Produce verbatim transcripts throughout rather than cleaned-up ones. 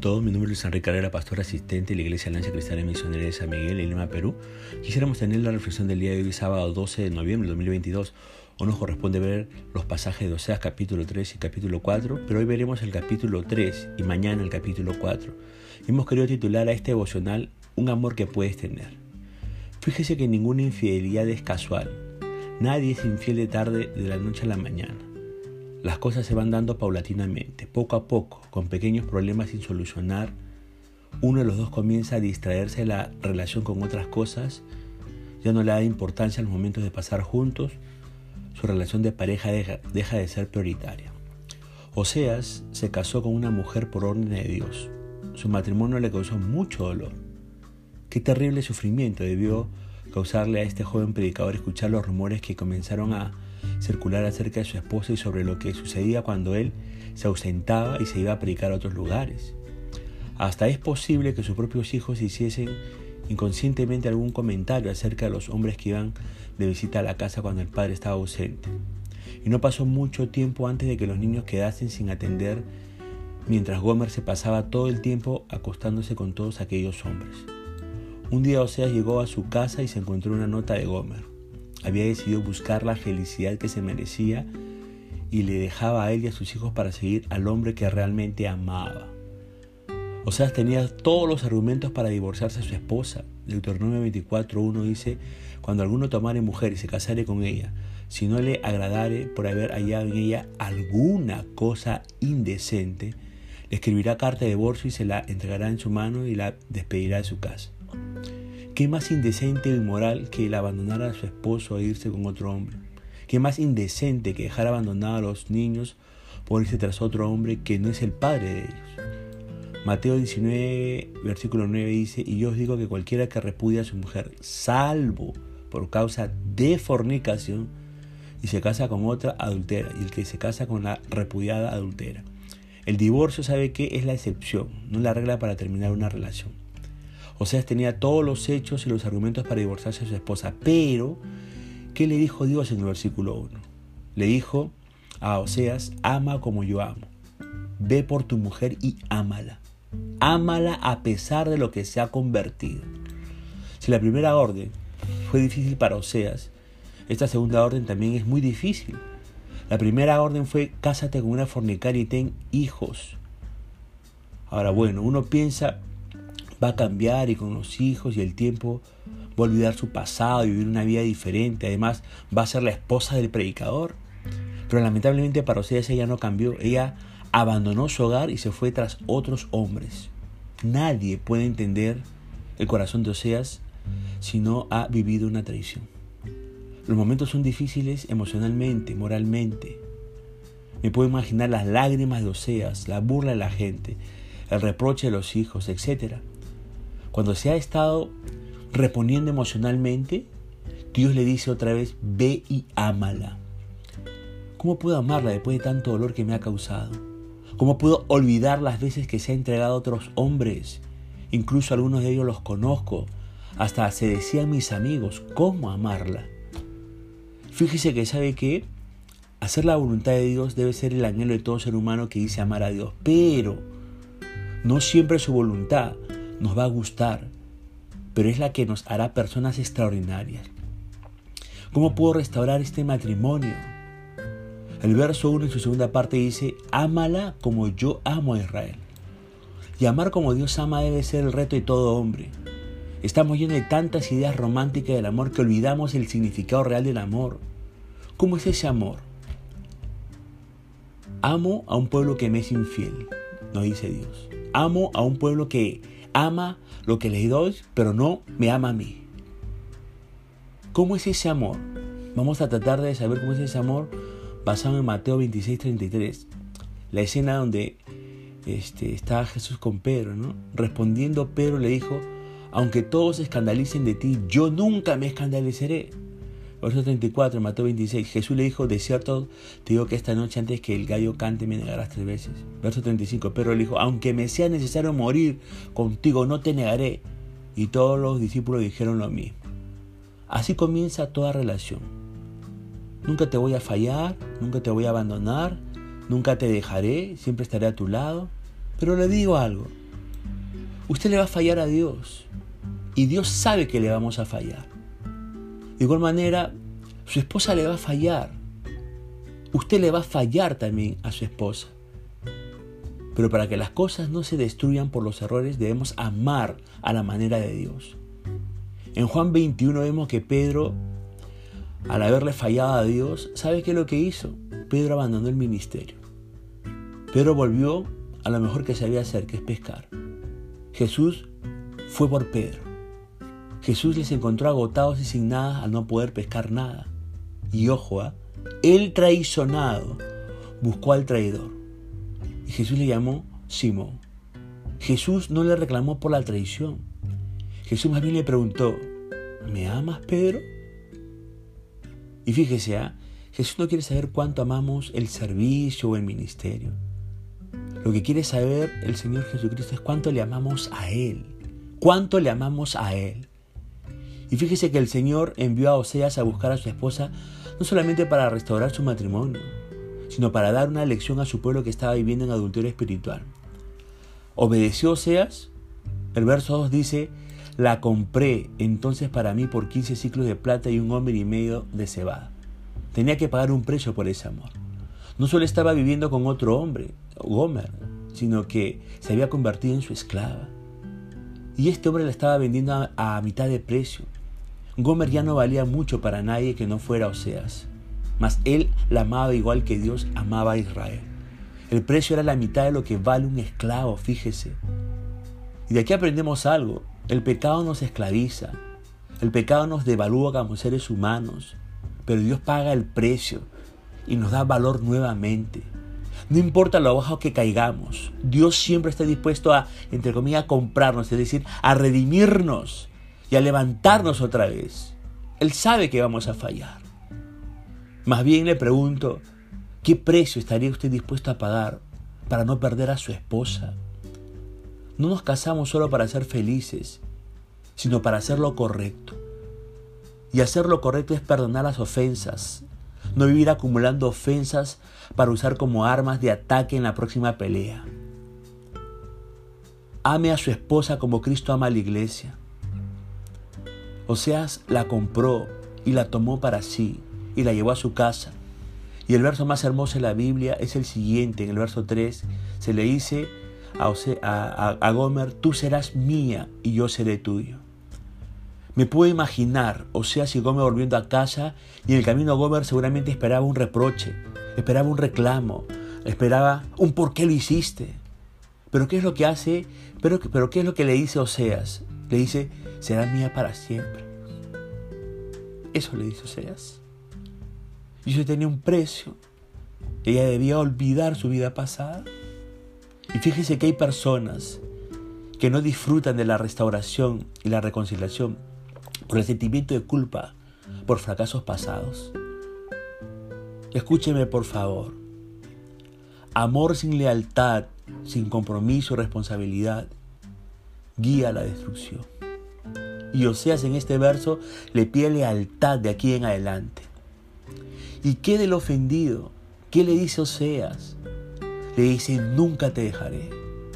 todos, mi nombre es Luis Enrique Carrera, pastor asistente de la Iglesia Alianza Cristiana Misionera de San Miguel en Lima, Perú. Quisiéramos tener la reflexión del día de hoy, sábado doce de noviembre de dos mil veintidós. Hoy nos corresponde ver los pasajes de Oseas capítulo tres y capítulo cuatro, pero hoy veremos el capítulo tres y mañana el capítulo cuatro. Hemos querido titular a este devocional Un amor que puedes tener. Fíjese que ninguna infidelidad es casual. Nadie es infiel de tarde de la noche a la mañana. Las cosas se van dando paulatinamente, poco a poco, con pequeños problemas sin solucionar. Uno de los dos comienza a distraerse de la relación con otras cosas, ya no le da importancia a los momentos de pasar juntos, su relación de pareja deja, deja de ser prioritaria. Oseas se casó con una mujer por orden de Dios. Su matrimonio le causó mucho dolor. Qué terrible sufrimiento debió causarle a este joven predicador escuchar los rumores que comenzaron a circular acerca de su esposa y sobre lo que sucedía cuando él se ausentaba y se iba a predicar a otros lugares. Hasta es posible que sus propios hijos hiciesen inconscientemente algún comentario acerca de los hombres que iban de visita a la casa cuando el padre estaba ausente. Y no pasó mucho tiempo antes de que los niños quedasen sin atender, mientras Gomer se pasaba todo el tiempo acostándose con todos aquellos hombres. Un día Oseas llegó a su casa y se encontró una nota de Gomer. Había decidido buscar la felicidad que se merecía y le dejaba a él y a sus hijos para seguir al hombre que realmente amaba. Oseas tenía todos los argumentos para divorciarse de su esposa. Deuteronomio veinticuatro uno dice: cuando alguno tomare mujer y se casare con ella, si no le agradare por haber hallado en ella alguna cosa indecente, le escribirá carta de divorcio y se la entregará en su mano y la despedirá de su casa. ¿Qué más indecente o inmoral que el abandonar a su esposo e irse con otro hombre? ¿Qué más indecente que dejar abandonados a los niños por irse tras otro hombre que no es el padre de ellos? Mateo diecinueve, versículo nueve dice: y yo os digo que cualquiera que repudia a su mujer, salvo por causa de fornicación, y se casa con otra, adultera, y el que se casa con la repudiada, adultera. El divorcio, ¿sabe qué? Es la excepción, no la regla para terminar una relación. Oseas tenía todos los hechos y los argumentos para divorciarse de su esposa, pero ¿qué le dijo Dios en el versículo uno? Le dijo a Oseas: ama como yo amo. Ve por tu mujer y ámala. Ámala a pesar de lo que se ha convertido. Si la primera orden fue difícil para Oseas, esta segunda orden también es muy difícil. La primera orden fue: cásate con una fornicaria y ten hijos. Ahora bueno, uno piensa, va a cambiar y con los hijos y el tiempo va a olvidar su pasado y vivir una vida diferente. Además, va a ser la esposa del predicador. Pero lamentablemente para Oseas ella no cambió. Ella abandonó su hogar y se fue tras otros hombres. Nadie puede entender el corazón de Oseas si no ha vivido una traición. Los momentos son difíciles emocionalmente, moralmente. Me puedo imaginar las lágrimas de Oseas, la burla de la gente, el reproche de los hijos, etcétera. Cuando se ha estado reponiendo emocionalmente, Dios le dice otra vez: ve y ámala. ¿Cómo puedo amarla después de tanto dolor que me ha causado? ¿Cómo puedo olvidar las veces que se ha entregado a otros hombres? Incluso algunos de ellos los conozco. Hasta se decían mis amigos. ¿Cómo amarla? Fíjese que sabe que hacer la voluntad de Dios debe ser el anhelo de todo ser humano que dice amar a Dios. Pero no siempre su voluntad nos va a gustar, pero es la que nos hará personas extraordinarias. ¿Cómo puedo restaurar este matrimonio? El verso uno en su segunda parte dice: ámala como yo amo a Israel. Y amar como Dios ama debe ser el reto de todo hombre. Estamos llenos de tantas ideas románticas del amor que olvidamos el significado real del amor. ¿Cómo es ese amor? Amo a un pueblo que me es infiel, nos dice Dios. Amo a un pueblo que ama lo que les doy, pero no me ama a mí. ¿Cómo es ese amor? Vamos a tratar de saber cómo es ese amor basado en Mateo veintiséis treinta y tres. La escena donde este, está Jesús con Pedro, ¿no? Respondiendo, Pedro le dijo: aunque todos se escandalicen de ti, yo nunca me escandalizaré. Verso treinta y cuatro, Mateo veintiséis. Jesús le dijo: de cierto te digo que esta noche antes que el gallo cante me negarás tres veces. Verso treinta y cinco. Pedro le dijo: aunque me sea necesario morir contigo, no te negaré. Y todos los discípulos dijeron lo mismo. Así comienza toda relación. Nunca te voy a fallar, nunca te voy a abandonar, nunca te dejaré, siempre estaré a tu lado. Pero le digo algo: Usted le va a fallar a Dios y Dios sabe que le vamos a fallar. De igual manera, su esposa le va a fallar. Usted le va a fallar también a su esposa. Pero para que las cosas no se destruyan por los errores, debemos amar a la manera de Dios. En Juan veintiuno vemos que Pedro, al haberle fallado a Dios, ¿sabe qué es lo que hizo? Pedro abandonó el ministerio. Pedro volvió a lo mejor que sabía hacer, que es pescar. Jesús fue por Pedro. Jesús les encontró agotados y sin nada al no poder pescar nada. Y ojo, ¿eh? el traicionado buscó al traidor. Y Jesús le llamó Simón. Jesús no le reclamó por la traición. Jesús más bien le preguntó, ¿me amas, Pedro? Y fíjese, ¿eh? Jesús no quiere saber cuánto amamos el servicio o el ministerio. Lo que quiere saber el Señor Jesucristo es cuánto le amamos a Él. Cuánto le amamos a Él. Y fíjese que el Señor envió a Oseas a buscar a su esposa no solamente para restaurar su matrimonio, sino para dar una lección a su pueblo que estaba viviendo en adulterio espiritual. ¿Obedeció Oseas? El verso dos dice, la compré entonces para mí por quince ciclos de plata y un hombre y medio de cebada. Tenía que pagar un precio por ese amor. No solo estaba viviendo con otro hombre, Gomer, sino que se había convertido en su esclava. Y este hombre la estaba vendiendo a, a mitad de precio. Gomer ya no valía mucho para nadie que no fuera Oseas. Mas él la amaba igual que Dios amaba a Israel. El precio era la mitad de lo que vale un esclavo, fíjese. Y de aquí aprendemos algo. El pecado nos esclaviza. El pecado nos devalúa como seres humanos. Pero Dios paga el precio y nos da valor nuevamente. No importa lo bajo que caigamos, Dios siempre está dispuesto a, entre comillas, comprarnos, es decir, a redimirnos y a levantarnos otra vez. Él sabe que vamos a fallar. Más bien le pregunto, ¿qué precio estaría usted dispuesto a pagar para no perder a su esposa? No nos casamos solo para ser felices, sino para hacer lo correcto. Y hacer lo correcto es perdonar las ofensas, no vivir acumulando ofensas para usar como armas de ataque en la próxima pelea. Ame a su esposa como Cristo ama a la iglesia. Oseas la compró y la tomó para sí y la llevó a su casa. Y el verso más hermoso de la Biblia es el siguiente. En el verso tres se le dice a, Ose, a, a, a Gomer, tú serás mía y yo seré tuyo. Me puedo imaginar Oseas y Gomer volviendo a casa y en el camino Gomer seguramente esperaba un reproche, esperaba un reclamo, esperaba un ¿por qué lo hiciste? Pero ¿qué es lo que hace? Pero, pero ¿qué es lo que le dice Oseas? Le dice, será mía para siempre. Eso le dice Oseas. Y eso tenía un precio. Ella debía olvidar su vida pasada. Y fíjese que hay personas que no disfrutan de la restauración y la reconciliación por el sentimiento de culpa por fracasos pasados. Escúcheme por favor. Amor sin lealtad, sin compromiso y responsabilidad, guía a la destrucción. Y Oseas en este verso le pide lealtad de aquí en adelante. ¿Y qué del ofendido? ¿Qué le dice Oseas? Le dice, nunca te dejaré.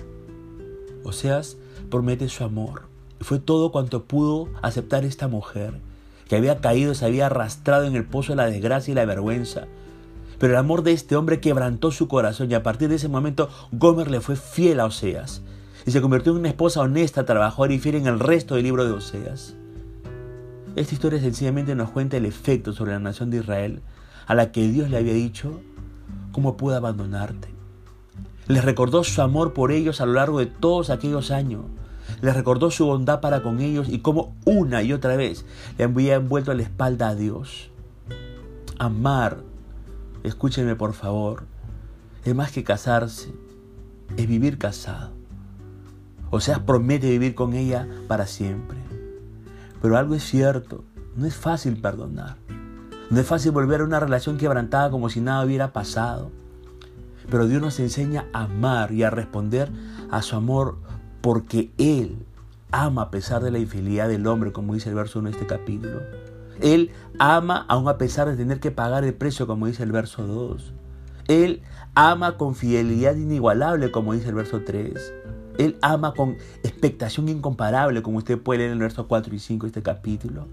Oseas promete su amor. Y fue todo cuanto pudo aceptar esta mujer, que había caído, se había arrastrado en el pozo de la desgracia y la vergüenza. Pero el amor de este hombre quebrantó su corazón y a partir de ese momento Gomer le fue fiel a Oseas. Y se convirtió en una esposa honesta, trabajadora y fiel en el resto del libro de Oseas. Esta historia sencillamente nos cuenta el efecto sobre la nación de Israel, a la que Dios le había dicho, ¿cómo puedo abandonarte? Les recordó su amor por ellos a lo largo de todos aquellos años. Les recordó su bondad para con ellos y cómo una y otra vez le habían vuelto la espalda a Dios. Amar, escúchenme por favor, es más que casarse, es vivir casado. Oseas promete vivir con ella para siempre. Pero algo es cierto, no es fácil perdonar. No es fácil volver a una relación quebrantada como si nada hubiera pasado. Pero Dios nos enseña a amar y a responder a su amor porque Él ama a pesar de la infidelidad del hombre, como dice el verso uno de este capítulo. Él ama aún a pesar de tener que pagar el precio, como dice el verso dos. Él ama con fidelidad inigualable, como dice el verso tres. Él ama con expectación incomparable, como usted puede leer en el verso cuatro y cinco de este capítulo.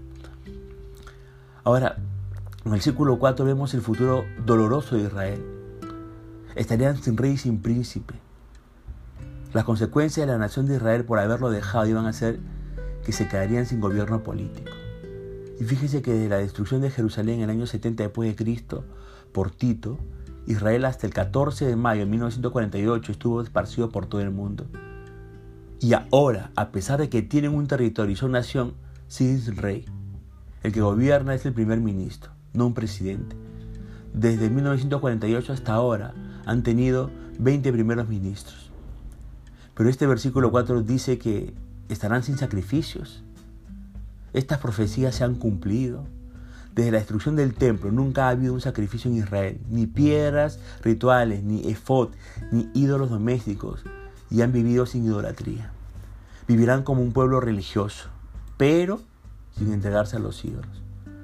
Ahora, en el versículo cuatro vemos el futuro doloroso de Israel. Estarían sin rey y sin príncipe. Las consecuencias de la nación de Israel por haberlo dejado iban a ser que se quedarían sin gobierno político. Y fíjese que desde la destrucción de Jerusalén en el año setenta después de Cristo por Tito, Israel hasta el catorce de mayo de mil novecientos cuarenta y ocho estuvo esparcido por todo el mundo. Y ahora, a pesar de que tienen un territorio y son nación, siguen sin rey. El que gobierna es el primer ministro, no un presidente. Desde mil novecientos cuarenta y ocho hasta ahora han tenido veinte primeros ministros. Pero este versículo cuatro dice que estarán sin sacrificios. Estas profecías se han cumplido. Desde la destrucción del templo nunca ha habido un sacrificio en Israel, ni piedras rituales, ni efod, ni ídolos domésticos, y han vivido sin idolatría. Vivirán como un pueblo religioso, pero sin entregarse a los ídolos.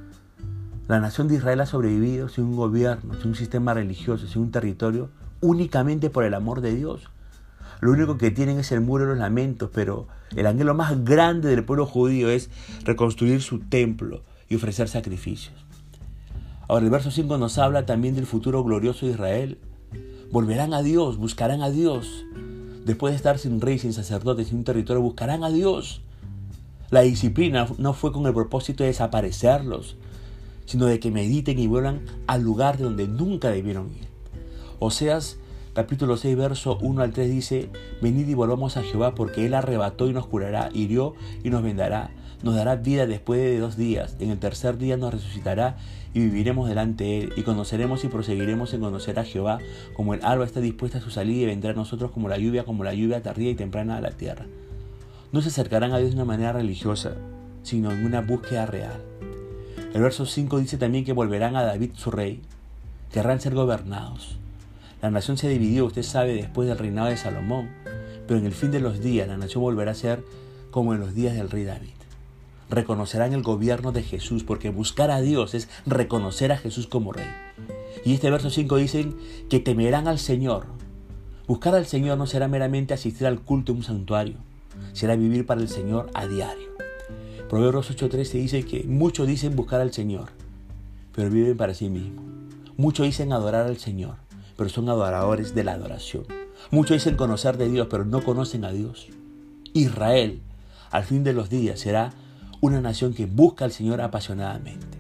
La nación de Israel ha sobrevivido sin un gobierno, sin un sistema religioso, sin un territorio, únicamente por el amor de Dios. Lo único que tienen es el muro de los lamentos, pero el anhelo más grande del pueblo judío es reconstruir su templo y ofrecer sacrificios. Ahora el verso cinco nos habla también del futuro glorioso de Israel. Volverán a Dios, buscarán a Dios. Después de estar sin rey, sin sacerdotes, sin un territorio, buscarán a Dios. La disciplina no fue con el propósito de desaparecerlos, sino de que mediten y vuelvan al lugar de donde nunca debieron ir. Oseas capítulo seis, verso uno al tres dice: venid y volvamos a Jehová, porque Él arrebató y nos curará, hirió y nos vendará, nos dará vida después de dos días, en el tercer día nos resucitará y viviremos delante de Él, y conoceremos y proseguiremos en conocer a Jehová, como el alba está dispuesta a su salida, y vendrá a nosotros como la lluvia, como la lluvia tardía y temprana a la tierra. No se acercarán a Dios de una manera religiosa, sino en una búsqueda real. El verso cinco dice también que volverán a David su rey, querrán ser gobernados. La nación se dividió, usted sabe, después del reinado de Salomón, pero en el fin de los días la nación volverá a ser como en los días del rey David. Reconocerán el gobierno de Jesús, porque buscar a Dios es reconocer a Jesús como rey. Y este verso cinco dicen que temerán al Señor. Buscar al Señor no será meramente asistir al culto en un santuario, será vivir para el Señor a diario. Proverbios ocho trece dice que muchos dicen buscar al Señor, pero viven para sí mismos. Muchos dicen adorar al Señor, pero son adoradores de la adoración. Muchos dicen conocer de Dios, pero no conocen a Dios. Israel, al fin de los días, será una nación que busca al Señor apasionadamente.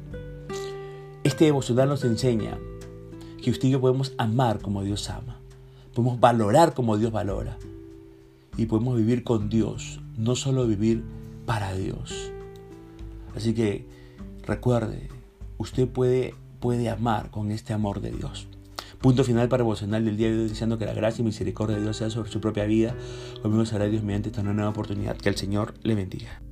Este devocional nos enseña que usted y yo podemos amar como Dios ama, podemos valorar como Dios valora, y podemos vivir con Dios, no solo vivir para Dios. Así que recuerde, usted puede, puede amar con este amor de Dios. Punto final para el devocional del día de hoy, deseando que la gracia y misericordia de Dios sea sobre su propia vida. Conmigo será Dios mediante esta nueva oportunidad. Que el Señor le bendiga.